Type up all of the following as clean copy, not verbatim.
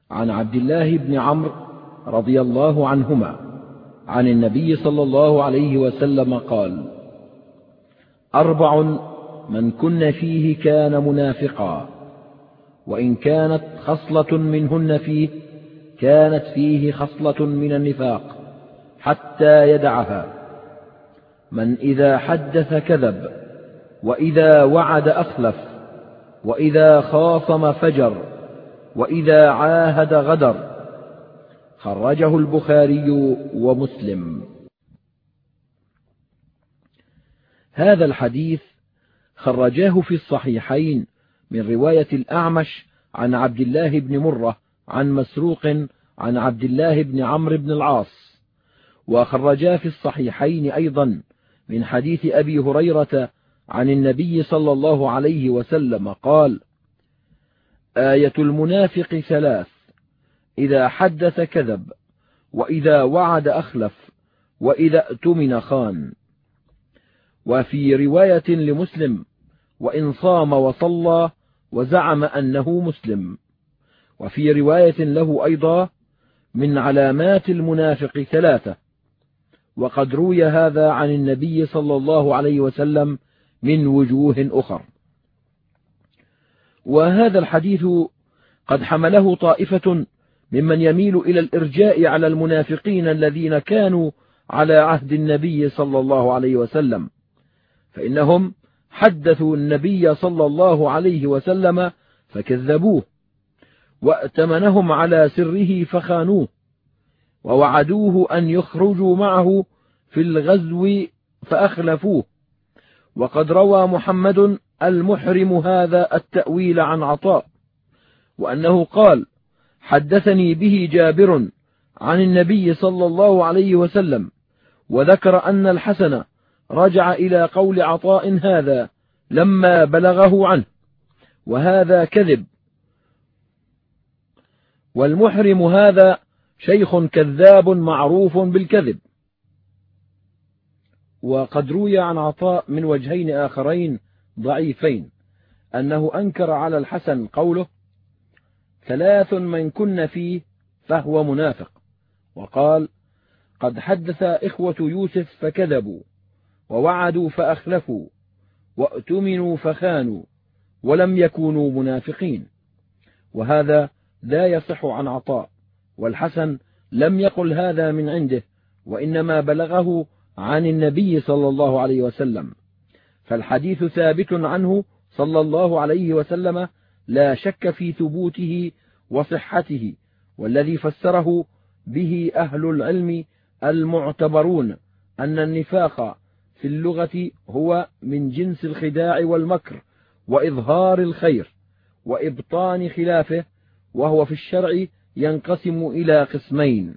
عن عبد الله بن عمرو رضي الله عنهما عن النبي صلى الله عليه وسلم قال: 4 من كن فيه كان منافقا، وإن كانت خصلة منهن فيه كانت فيه خصلة من النفاق حتى يدعها: من إذا حدث كذب، وإذا وعد أخلف، وإذا خاصم فجر، وإذا عاهد غدر. خرجه البخاري ومسلم. هذا الحديث خرجاه في الصحيحين من رواية الأعمش عن عبد الله بن مرة عن مسروق عن عبد الله بن عمرو بن العاص، وخرجاه في الصحيحين أيضا من حديث أبي هريرة عن النبي صلى الله عليه وسلم قال: آية المنافق 3: إذا حدث كذب، وإذا وعد أخلف، وإذا اؤتمن خان. وفي رواية لمسلم: وإن صام وصلى وزعم أنه مسلم. وفي رواية له أيضا: من علامات المنافق 3. وقد روي هذا عن النبي صلى الله عليه وسلم من وجوه أخر. وهذا الحديث قد حمله طائفة ممن يميل إلى الإرجاء على المنافقين الذين كانوا على عهد النبي صلى الله عليه وسلم، فإنهم حدثوا النبي صلى الله عليه وسلم فكذبوه، وأتمنهم على سره فخانوه، ووعدوه أن يخرجوا معه في الغزو فأخلفوه. وقد روى محمد المحرم هذا التأويل عن عطاء، وأنه قال: حدثني به جابر عن النبي صلى الله عليه وسلم، وذكر أن الحسن رجع إلى قول عطاء هذا لما بلغه عنه، وهذا كذب. والمحرم هذا شيخ كذاب معروف بالكذب. وقد روي عن عطاء من وجهين آخرين ضعيفين أنه أنكر على الحسن قوله: 3 من كن فيه فهو منافق، وقال: قد حدث إخوة يوسف فكذبوا، ووعدوا فأخلفوا، وأؤتمنوا فخانوا، ولم يكونوا منافقين. وهذا لا يصح عن عطاء، والحسن لم يقل هذا من عنده، وإنما بلغه عن النبي صلى الله عليه وسلم، فالحديث ثابت عنه صلى الله عليه وسلم لا شك في ثبوته وصحته. والذي فسره به أهل العلم المعتبرون أن النفاق في اللغة هو من جنس الخداع والمكر وإظهار الخير وإبطان خلافه، وهو في الشرع ينقسم إلى قسمين: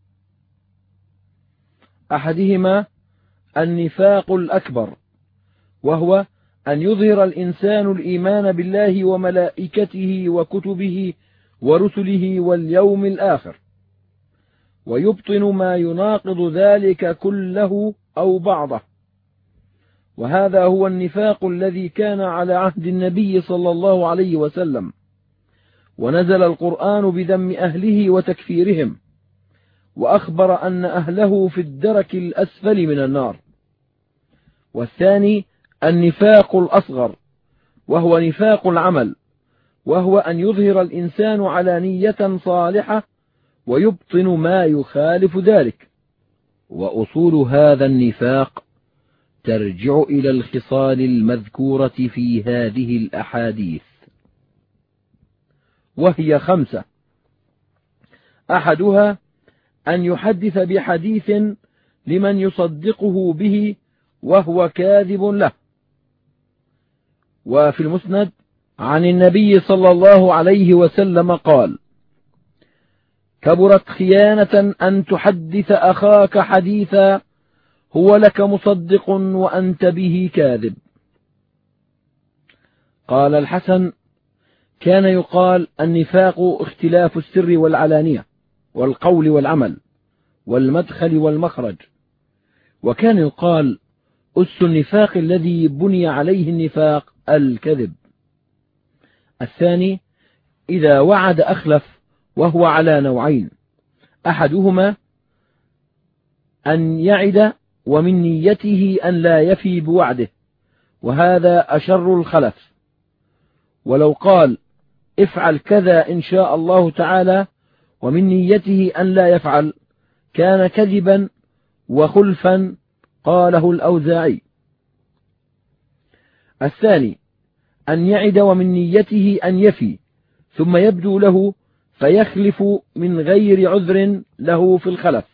أحدهما النفاق الأكبر، وهو أن يظهر الإنسان الإيمان بالله وملائكته وكتبه ورسله واليوم الآخر، ويبطن ما يناقض ذلك كله أو بعضه. وهذا هو النفاق الذي كان على عهد النبي صلى الله عليه وسلم، ونزل القرآن بذم أهله وتكفيرهم، وأخبر أن أهله في الدرك الأسفل من النار. والثاني النفاق الأصغر، وهو نفاق العمل، وهو أن يظهر الإنسان علانية صالحة ويبطن ما يخالف ذلك. وأصول هذا النفاق ترجع إلى الخصال المذكورة في هذه الأحاديث، وهي 5: أحدها أن يحدث بحديث لمن يصدقه به وهو كاذب له. وفي المسند عن النبي صلى الله عليه وسلم قال: كبرت خيانة أن تحدث أخاك حديثا هو لك مصدق وأنت به كاذب. قال الحسن: كان يقال النفاق اختلاف السر والعلانية والقول والعمل والمدخل والمخرج. وكان يقال أس النفاق الذي بني عليه النفاق الكذب. الثاني: إذا وعد أخلف، وهو على نوعين: أحدهما أن يعد ومن نيته أن لا يفي بوعده، وهذا أشر الخلف، ولو قال افعل كذا إن شاء الله تعالى ومن نيته أن لا يفعل كان كذبا وخلفا، قاله الأوزاعي. الثاني أن يعد ومن نيته أن يفي ثم يبدو له فيخلف من غير عذر له في الخلف.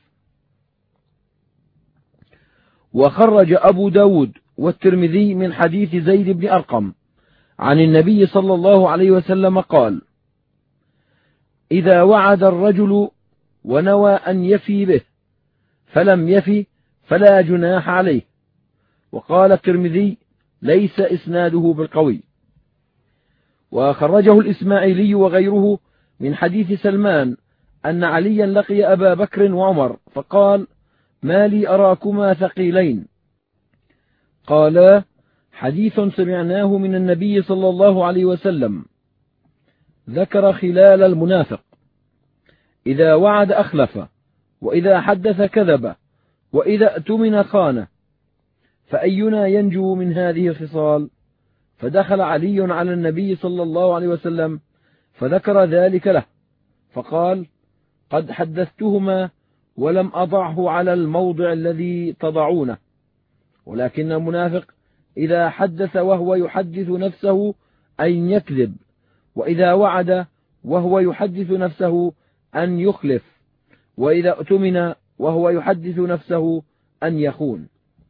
وخرج أبو داود والترمذي من حديث زيد بن أرقم عن النبي صلى الله عليه وسلم قال: إذا وعد الرجل ونوى أن يفي به فلم يفي فلا جناح عليه. وقال الترمذي: ليس إسناده بالقوي. وخرجه الإسماعيلي وغيره من حديث سلمان أن عليا لقي أبا بكر وعمر فقال: ما لي أراكما ثقيلين؟ قالا: حديث سمعناه من النبي صلى الله عليه وسلم ذكر خلال المنافق: إذا وعد أخلف، وإذا حدث كذب، وإذا اؤتمن خان، فأينا ينجو من هذه الخصال؟ فدخل علي على النبي صلى الله عليه وسلم فذكر ذلك له فقال: قد حدثتهما ولم أضعه على الموضع الذي تضعونه، ولكن المنافق إذا حدث وهو يحدث نفسه أن يكذب، وإذا وعد وهو يحدث نفسه أن يخلف، وإذا اؤتمن وهو يحدث نفسه أن يخون.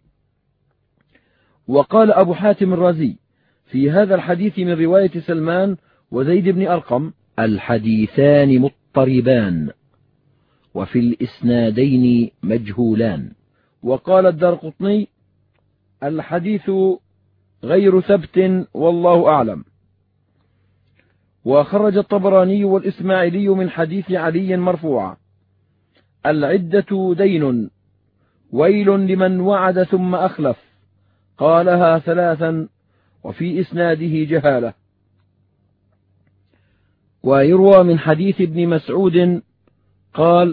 وقال أبو حاتم الرازي في هذا الحديث من رواية سلمان وزيد بن أرقم: الحديثان مضطربان وفي الإسنادين مجهولان. وقال الدارقطني: الحديث غير ثبت والله أعلم. وخرج الطبراني والإسماعيلي من حديث علي مرفوعا: العدة دين، ويل لمن وعد ثم أخلف، قالها ثلاثا وفي إسناده جهالة. ويروى من حديث ابن مسعود قال: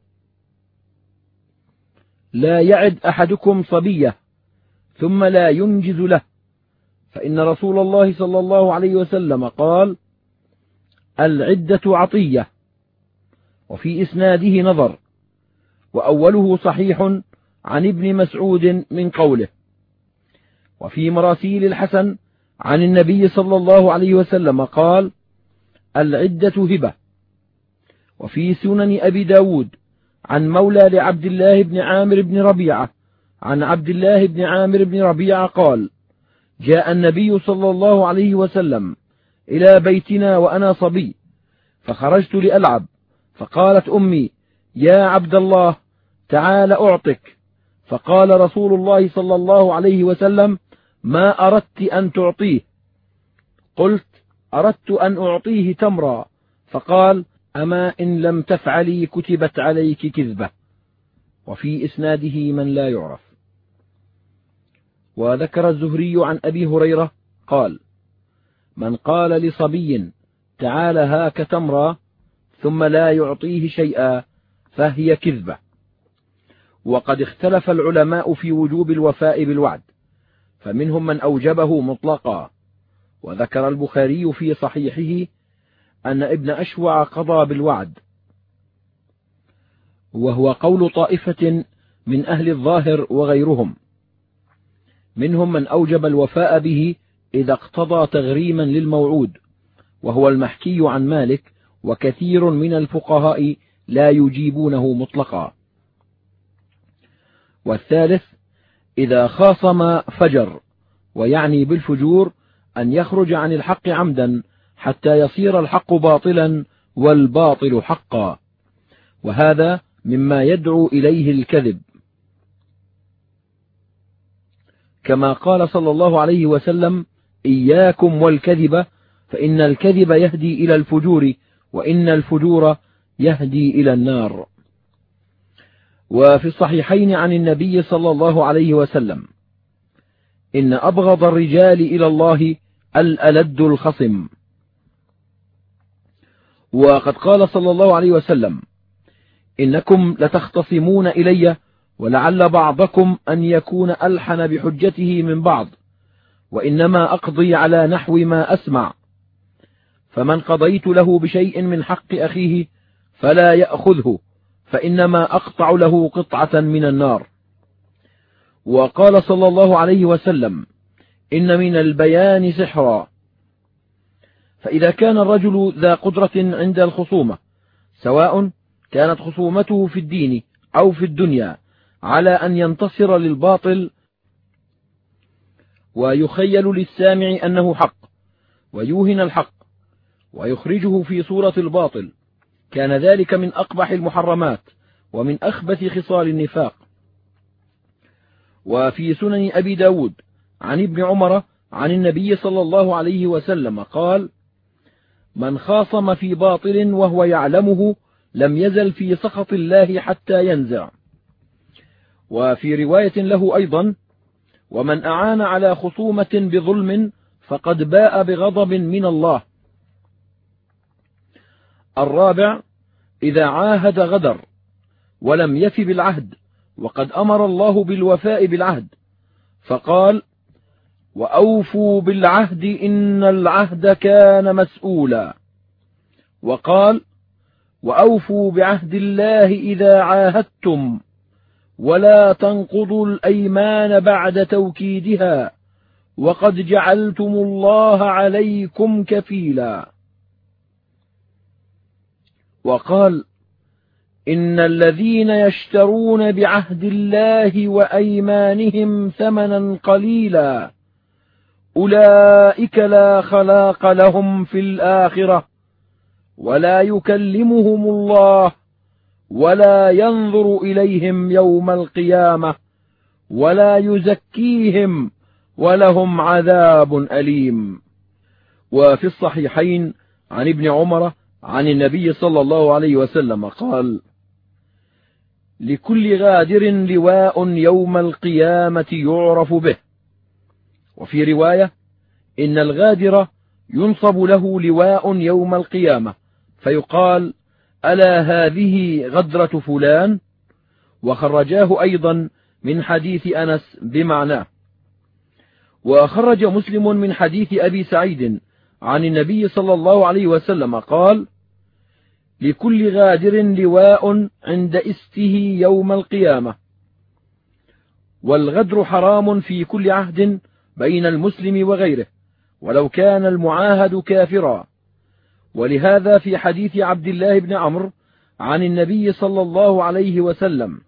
لا يعد أحدكم صبية ثم لا ينجز له، فإن رسول الله صلى الله عليه وسلم قال: العدة عطية. وفي إسناده نظر، وأوله صحيح عن ابن مسعود من قوله. وفي مراسيل الحسن عن النبي صلى الله عليه وسلم قال: العدة هبة. وفي سنن أبي داود عن مولى لعبد الله بن عامر بن ربيعة عن عبد الله بن عامر بن ربيعة قال: جاء النبي صلى الله عليه وسلم إلى بيتنا وأنا صبي، فخرجت لألعب، فقالت أمي: يا عبد الله تعال أعطك. فقال رسول الله صلى الله عليه وسلم: ما أردت أن تعطيه؟ قلت: أردت أن أعطيه تمرا. فقال: أما إن لم تفعلي كتبت عليك كذبة. وفي إسناده من لا يعرف. وذكر الزهري عن أبي هريرة قال: من قال لصبي تعال هاك تمرا ثم لا يعطيه شيئا فهي كذبة. وقد اختلف العلماء في وجوب الوفاء بالوعد، فمنهم من أوجبه مطلقا. وذكر البخاري في صحيحه أن ابن أشوع قضى بالوعد، وهو قول طائفة من أهل الظاهر وغيرهم. منهم من أوجب الوفاء به إذا اقتضى تغريما للموعود، وهو المحكي عن مالك وكثير من الفقهاء لا يجيبونه مطلقا. والثالث إذا خاصم فجر، ويعني بالفجور أن يخرج عن الحق عمدا حتى يصير الحق باطلا والباطل حقا، وهذا مما يدعو إليه الكذب، كما قال صلى الله عليه وسلم: إياكم والكذب فإن الكذب يهدي إلى الفجور، وإن الفجور يهدي إلى النار. وفي الصحيحين عن النبي صلى الله عليه وسلم: إن أبغض الرجال إلى الله الألد الخصم. وقد قال صلى الله عليه وسلم: إنكم لتختصمون إلي ولعل بعضكم أن يكون ألحن بحجته من بعض، وإنما أقضي على نحو ما أسمع، فمن قضيت له بشيء من حق أخيه فلا يأخذه، فإنما أقطع له قطعة من النار. وقال صلى الله عليه وسلم: إن من البيان سحرا. فإذا كان الرجل ذا قدرة عند الخصومة، سواء كانت خصومته في الدين أو في الدنيا، على أن ينتصر للباطل ويخيل للسامع أنه حق ويوهن الحق ويخرجه في صورة الباطل، كان ذلك من أقبح المحرمات ومن أخبث خصال النفاق. وفي سنن أبي داود عن ابن عمر عن النبي صلى الله عليه وسلم قال: من خاصم في باطل وهو يعلمه لم يزل في سخط الله حتى ينزع. وفي رواية له أيضا: ومن أعان على خصومة بظلم فقد باء بغضب من الله. الرابع: إذا عاهد غدر ولم يف بالعهد، وقد أمر الله بالوفاء بالعهد فقال: وأوفوا بالعهد إن العهد كان مسؤولا. وقال: وأوفوا بعهد الله إذا عاهدتم ولا تنقضوا الأيمان بعد توكيدها وقد جعلتم الله عليكم كفيلا. وقال: إن الذين يشترون بعهد الله وأيمانهم ثمنا قليلا أولئك لا خلاق لهم في الآخرة ولا يكلمهم الله ولا ينظر إليهم يوم القيامة ولا يزكيهم ولهم عذاب أليم. وفي الصحيحين عن ابن عمر عن النبي صلى الله عليه وسلم قال: لكل غادر لواء يوم القيامة يعرف به. وفي رواية: إن الغادر ينصب له لواء يوم القيامة فيقال: ألا هذه غدرة فلان؟ وخرجاه أيضا من حديث أنس بمعناه. وخرج مسلم من حديث أبي سعيد عن النبي صلى الله عليه وسلم قال: لكل غادر لواء عند استه يوم القيامة. والغدر حرام في كل عهد بين المسلم وغيره ولو كان المعاهد كافرا. ولهذا في حديث عبد الله بن عمرو عن النبي صلى الله عليه وسلم: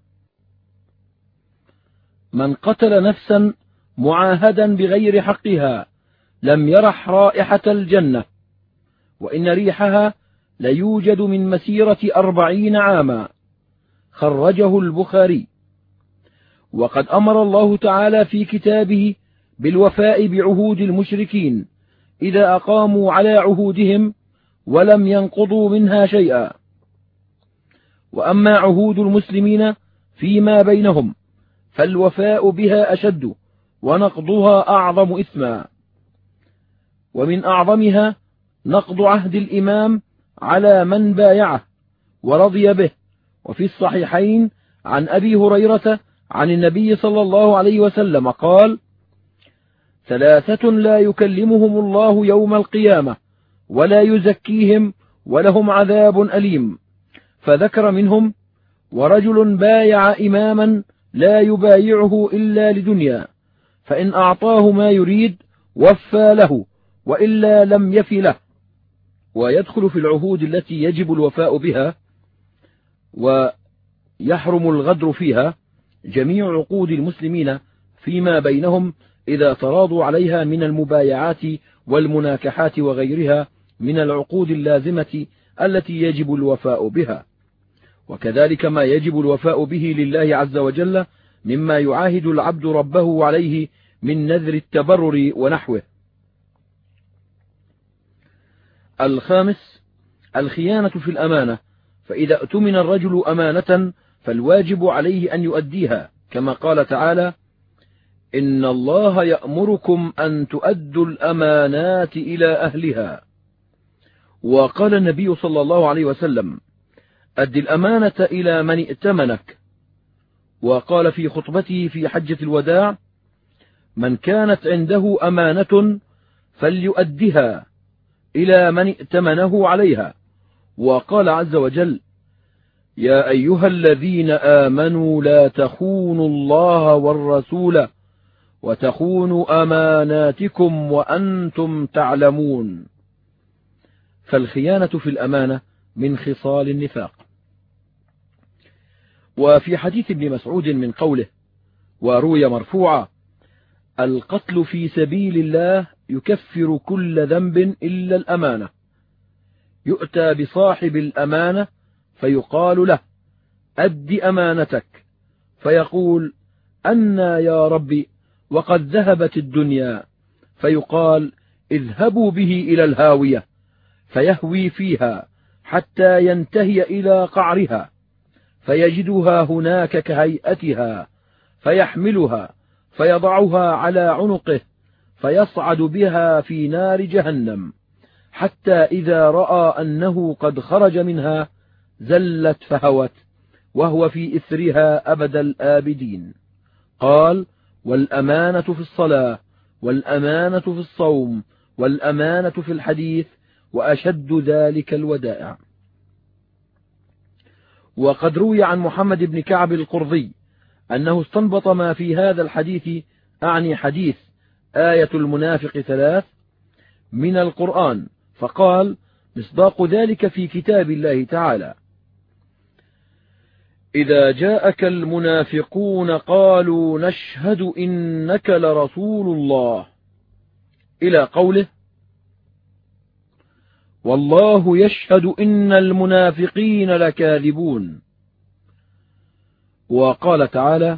من قتل نفسا معاهدا بغير حقها لم يرح رائحة الجنة وإن ريحها ليوجد من مسيرة 40 عاما. خرجه البخاري. وقد أمر الله تعالى في كتابه بالوفاء بعهود المشركين إذا أقاموا على عهودهم ولم ينقضوا منها شيئا. وأما عهود المسلمين فيما بينهم فالوفاء بها أشد ونقضها أعظم إثما. ومن أعظمها نقض عهد الإمام على من بايعه ورضي به. وفي الصحيحين عن أبي هريرة عن النبي صلى الله عليه وسلم قال: 3 لا يكلمهم الله يوم القيامة ولا يزكيهم ولهم عذاب أليم. فذكر منهم: ورجل بايع إماما لا يبايعه إلا لدنيا فإن أعطاه ما يريد وفى له وإلا لم يف له. ويدخل في العهود التي يجب الوفاء بها ويحرم الغدر فيها جميع عقود المسلمين فيما بينهم إذا تراضوا عليها من المبايعات والمناكحات وغيرها من العقود اللازمة التي يجب الوفاء بها. وكذلك ما يجب الوفاء به لله عز وجل مما يعاهد العبد ربه عليه من نذر التبرر ونحوه. 5. الخيانة في الأمانة. فإذا اؤتمن الرجل أمانة فالواجب عليه أن يؤديها، كما قال تعالى: إن الله يأمركم أن تؤدوا الأمانات إلى أهلها. وقال النبي صلى الله عليه وسلم: أد الأمانة إلى من ائتمنك. وقال في خطبته في حجة الوداع: من كانت عنده أمانة فليؤدها إلى من ائتمنه عليها. وقال عز وجل: يا أيها الذين آمنوا لا تخونوا الله والرسول وتخونوا أماناتكم وأنتم تعلمون. فالخيانة في الأمانة من خصال النفاق. وفي حديث ابن مسعود من قوله: وروي مرفوعا: القتل في سبيل الله يكفر كل ذنب إلا الأمانة. يؤتى بصاحب الأمانة فيقال له: أد أمانتك، فيقول: أنى يا ربي وقد ذهبت الدنيا. فيقال: اذهبوا به إلى الهاوية، فيهوي فيها حتى ينتهي إلى قعرها، فيجدها هناك كهيئتها، فيحملها فيضعها على عنقه، فيصعد بها في نار جهنم، حتى إذا رأى أنه قد خرج منها زلت فهوت، وهو في إثرها أبد الآبدين. قال: والأمانة في الصلاة، والأمانة في الصوم، والأمانة في الحديث، وأشد ذلك الودائع. وقد روي عن محمد بن كعب القرظي أنه استنبط ما في هذا الحديث، أعني حديث آية المنافق 3 من القرآن، فقال: مصداق ذلك في كتاب الله تعالى: إذا جاءك المنافقون قالوا نشهد إنك لرسول الله، إلى قوله: والله يشهد إن المنافقين لكاذبون. وقال تعالى: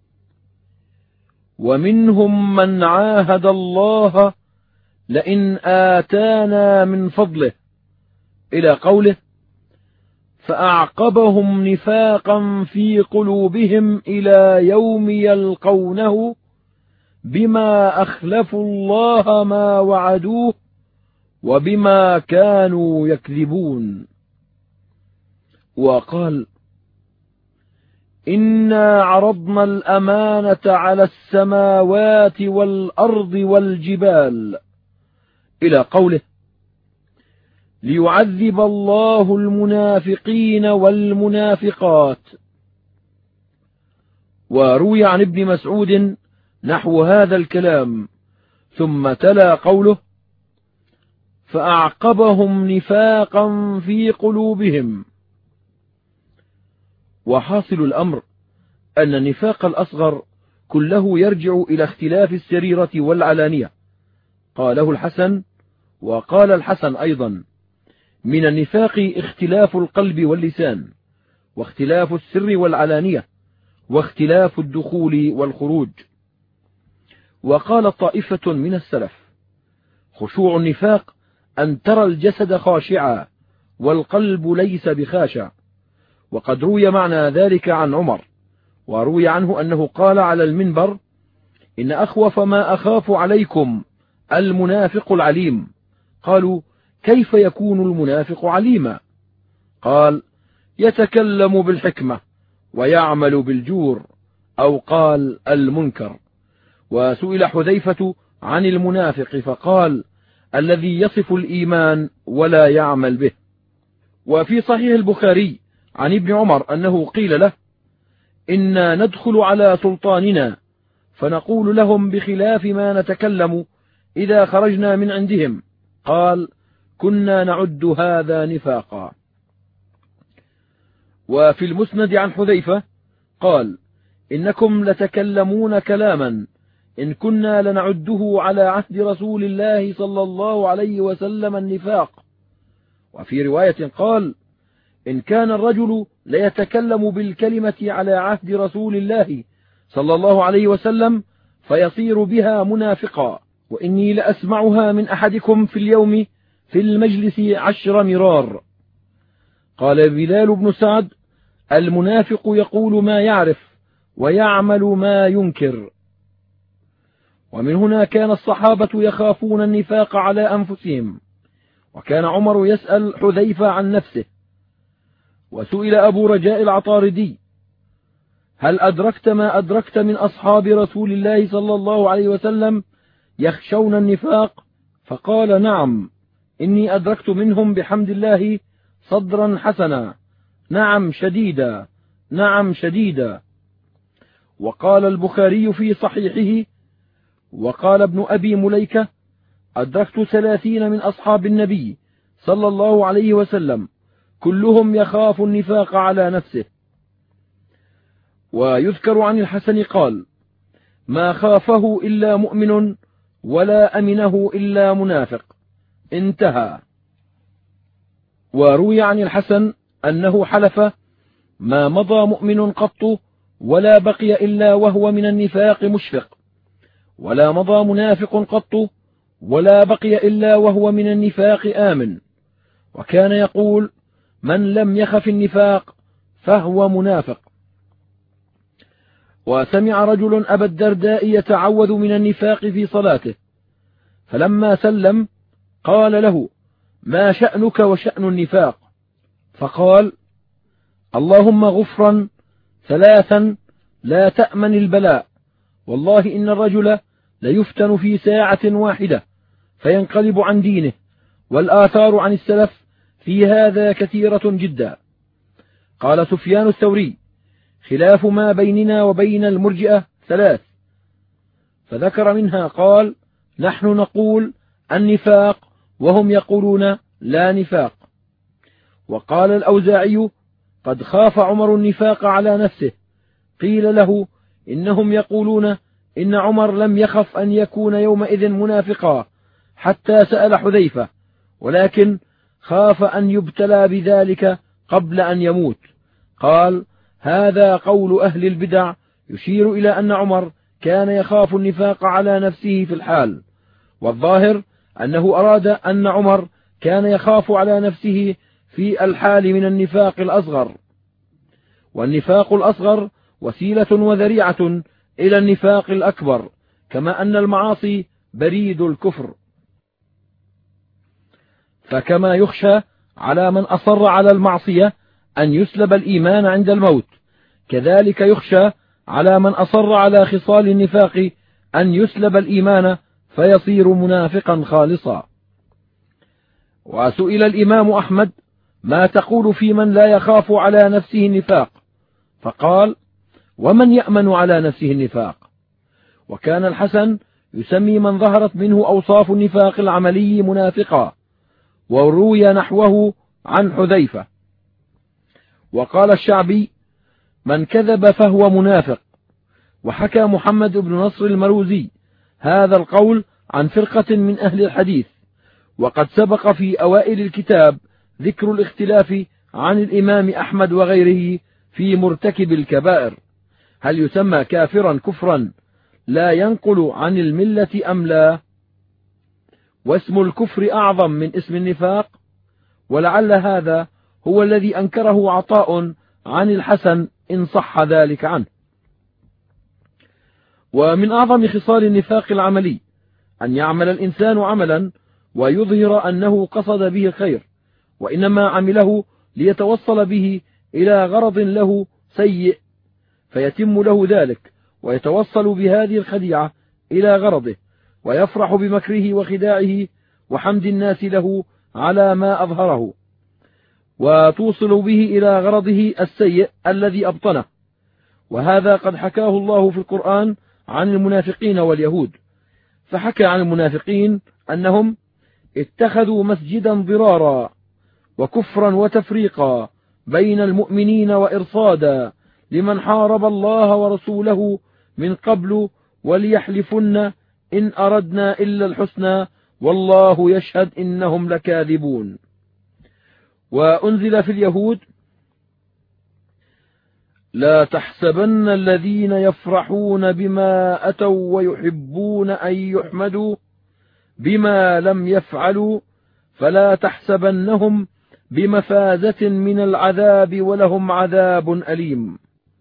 ومنهم من عاهد الله لئن آتانا من فضله، إلى قوله: فأعقبهم نفاقا في قلوبهم إلى يوم يلقونه بما أخلفوا الله ما وعدوه وبما كانوا يكذبون. وقال: إنا عرضنا الأمانة على السماوات والأرض والجبال، إلى قوله: ليعذب الله المنافقين والمنافقات. وروي عن ابن مسعود نحو هذا الكلام، ثم تلا قوله: فأعقبهم نفاقا في قلوبهم. وحاصل الأمر أن النفاق الأصغر كله يرجع إلى اختلاف السريرة والعلانية. قاله الحسن، وقال الحسن أيضا: من النفاق اختلاف القلب واللسان، واختلاف السر والعلانية، واختلاف الدخول والخروج. وقال طائفة من السلف: خشوع النفاق أن ترى الجسد خاشعا والقلب ليس بخاشع. وقد روي معنى ذلك عن عمر، وروي عنه أنه قال على المنبر: إن أخوف ما أخاف عليكم المنافق العليم. قالوا: كيف يكون المنافق عليما؟ قال: يتكلم بالحكمة ويعمل بالجور، أو قال المنكر. وسئل حذيفة عن المنافق فقال: الذي يصف الإيمان ولا يعمل به. وفي صحيح البخاري عن ابن عمر أنه قيل له: إنا ندخل على سلطاننا فنقول لهم بخلاف ما نتكلم إذا خرجنا من عندهم. قال: كنا نعد هذا نفاقا. وفي المسند عن حذيفة قال: إنكم لتكلمون كلاما إن كنا لنعده على عهد رسول الله صلى الله عليه وسلم النفاق. وفي رواية قال: إن كان الرجل ليتكلم بالكلمة على عهد رسول الله صلى الله عليه وسلم فيصير بها منافقا، وإني لأسمعها من أحدكم في اليوم في المجلس 10 مرار. قال بلال بن سعد: المنافق يقول ما يعرف ويعمل ما ينكر. ومن هنا كان الصحابة يخافون النفاق على أنفسهم، وكان عمر يسأل حذيفة عن نفسه. وسئل أبو رجاء العطاردي: هل أدركت ما أدركت من أصحاب رسول الله صلى الله عليه وسلم يخشون النفاق؟ فقال: نعم، إني أدركت منهم بحمد الله صدرا حسنا، نعم شديدا، نعم شديدا. وقال البخاري في صحيحه: وقال ابن أبي مليكة: أدركت 30 من أصحاب النبي صلى الله عليه وسلم كلهم يخاف النفاق على نفسه. ويذكر عن الحسن قال: ما خافه إلا مؤمن ولا أمنه إلا منافق. انتهى. وروي عن الحسن أنه حلف: ما مضى مؤمن قط ولا بقي إلا وهو من النفاق مشفق، ولا مضى منافق قط ولا بقي إلا وهو من النفاق آمن. وكان يقول: من لم يخف النفاق فهو منافق. وسمع رجل أبا الدرداء يتعوذ من النفاق في صلاته، فلما سلم قال له: ما شأنك وشأن النفاق؟ فقال: اللهم غفرا 3 لا تأمن البلاء، والله إن الرجل ليفتن في ساعة واحدة فينقلب عن دينه، والآثار عن السلف في هذا كثيرة جدا. قال سفيان الثوري: خلاف ما بيننا وبين المرجئة 3، فذكر منها قال: نحن نقول النفاق وهم يقولون لا نفاق. وقال الأوزاعي: قد خاف عمر النفاق على نفسه، قيل له: إنهم يقولون إن عمر لم يخف أن يكون يومئذ منافقا حتى سأل حذيفة، ولكن خاف أن يبتلى بذلك قبل أن يموت. قال: هذا قول أهل البدع، يشير إلى أن عمر كان يخاف النفاق على نفسه في الحال، والظاهر أنه أراد أن عمر كان يخاف على نفسه في الحال من النفاق الأصغر. والنفاق الأصغر وسيلة وذريعة إلى النفاق الأكبر، كما أن المعاصي بريد الكفر. فكما يخشى على من أصر على المعصية أن يسلب الإيمان عند الموت، كذلك يخشى على من أصر على خصال النفاق أن يسلب الإيمان فيصير منافقا خالصا. وسئل الإمام أحمد: ما تقول في من لا يخاف على نفسه النفاق؟ فقال: ومن يأمن على نفسه النفاق؟ وكان الحسن يسمي من ظهرت منه أوصاف النفاق العملي منافقا، وروي نحوه عن حذيفة. وقال الشعبي: من كذب فهو منافق. وحكى محمد بن نصر المروزي هذا القول عن فرقة من أهل الحديث. وقد سبق في أوائل الكتاب ذكر الاختلاف عن الإمام أحمد وغيره في مرتكب الكبائر، هل يسمى كافرا كفرا لا ينقل عن الملة أم لا؟ واسم الكفر أعظم من اسم النفاق، ولعل هذا هو الذي أنكره عطاء عن الحسن إن صح ذلك عنه. ومن أعظم خصال النفاق العملي أن يعمل الإنسان عملا ويظهر أنه قصد به الخير، وإنما عمله ليتوصل به إلى غرض له سيء، فيتم له ذلك ويتوصل بهذه الخديعة إلى غرضه، ويفرح بمكره وخداعه وحمد الناس له على ما أظهره، وتوصل به إلى غرضه السيء الذي أبطنه. وهذا قد حكاه الله في القرآن عن المنافقين واليهود، فحكى عن المنافقين أنهم اتخذوا مسجدا ضرارا وكفرا وتفريقا بين المؤمنين وإرصادا لمن حارب الله ورسوله من قبل وليحلفن إن أردنا إلا الحسنى والله يشهد إنهم لكاذبون. وأنزل في اليهود: لا تحسبن الذين يفرحون بما أتوا ويحبون أن يحمدوا بما لم يفعلوا فلا تحسبنهم بمفازة من العذاب ولهم عذاب أليم.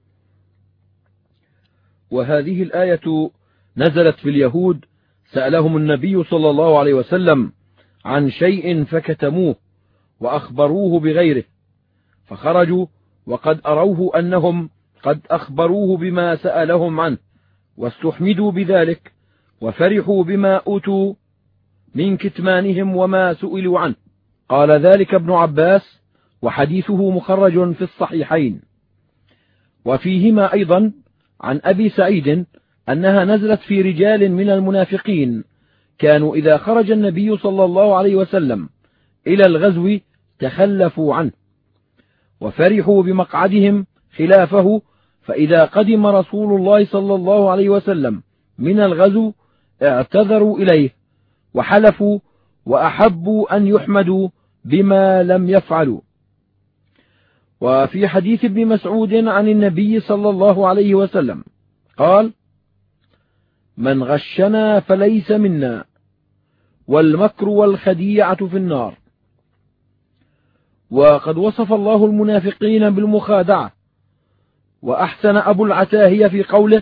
وهذه الآية نزلت في اليهود، سألهم النبي صلى الله عليه وسلم عن شيء فكتموه وأخبروه بغيره، فخرجوا وقد أروه أنهم قد أخبروه بما سألهم عنه، واستحمدوا بذلك وفرحوا بما أوتوا من كتمانهم وما سئلوا عنه. قال ذلك ابن عباس، وحديثه مخرج في الصحيحين. وفيهما أيضا عن أبي سعيد أنها نزلت في رجال من المنافقين كانوا إذا خرج النبي صلى الله عليه وسلم إلى الغزو تخلفوا عنه وفرحوا بمقعدهم خلافه، فإذا قدم رسول الله صلى الله عليه وسلم من الغزو اعتذروا إليه وحلفوا وأحبوا أن يحمدوا بما لم يفعلوا. وفي حديث ابن مسعود عن النبي صلى الله عليه وسلم قال: من غشنا فليس منا، والمكر والخديعة في النار. وقد وصف الله المنافقين بالمخادعة، وأحسن أبو العتاهية في قوله: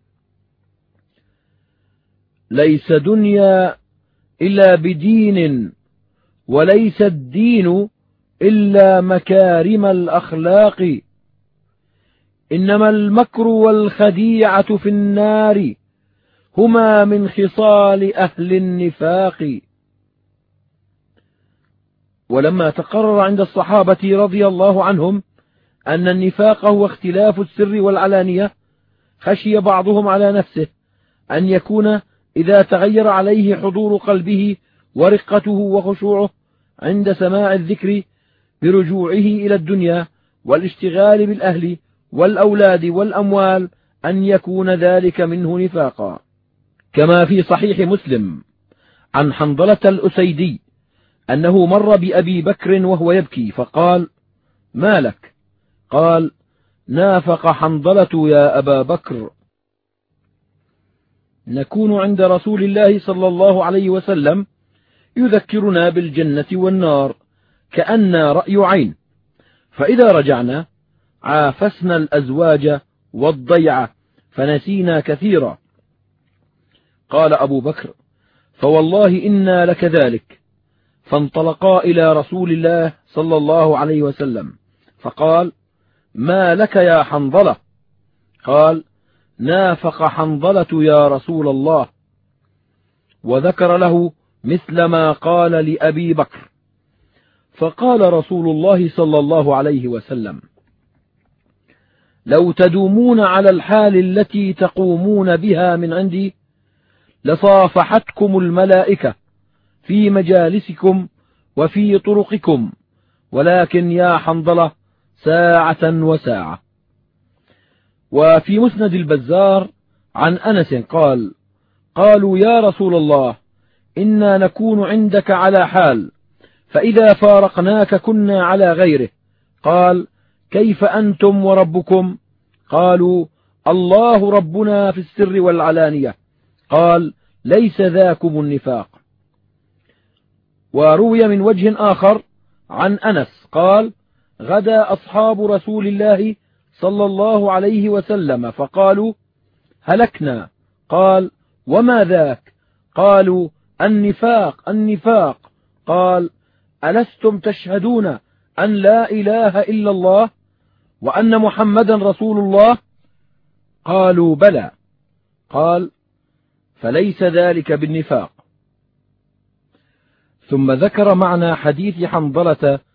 ليس دنيا إلا بدين، وليس الدين إلا مكارم الأخلاق، إنما المكر والخديعة في النار، هما من خصال أهل النفاق. ولما تقرر عند الصحابة رضي الله عنهم أن النفاق هو اختلاف السر والعلانية، خشي بعضهم على نفسه أن يكون إذا تغير عليه حضور قلبه ورقته وخشوعه عند سماع الذكر برجوعه إلى الدنيا والاشتغال بالأهل والأولاد والأموال أن يكون ذلك منه نفاقا. كما في صحيح مسلم عن حنظلة الأسيدي أنه مر بأبي بكر وهو يبكي فقال: ما لك؟ قال: نافق حنظلة يا أبا بكر. نكون عند رسول الله صلى الله عليه وسلم يذكرنا بالجنة والنار كأن رأي عين، فإذا رجعنا عافسنا الأزواج والضيعة فنسينا كثيرا. قال أبو بكر: فوالله إنا لكذلك. فانطلقا إلى رسول الله صلى الله عليه وسلم فقال: ما لك يا حنظلة؟ قال: نافق حنظلة يا رسول الله. وذكر له مثل ما قال لأبي بكر. فقال رسول الله صلى الله عليه وسلم: لو تدومون على الحال التي تقومون بها من عندي لصافحتكم الملائكة في مجالسكم وفي طرقكم، ولكن يا حنظلة ساعة وساعة. وفي مسند البزار عن أنس قال: قالوا يا رسول الله إنا نكون عندك على حال، فإذا فارقناك كنا على غيره. قال: كيف أنتم وربكم؟ قالوا: الله ربنا في السر والعلانية. قال: ليس ذاكم النفاق. وروي من وجه آخر عن أنس قال: غدا أصحاب رسول الله صلى الله عليه وسلم فقالوا: هلكنا. قال: وما ذاك؟ قالوا: النفاق النفاق. قال: ألستم تشهدون أن لا إله إلا الله وأن محمدا رسول الله؟ قالوا: بلى. قال: فليس ذلك بالنفاق. ثم ذكر معنى حديث حنظلة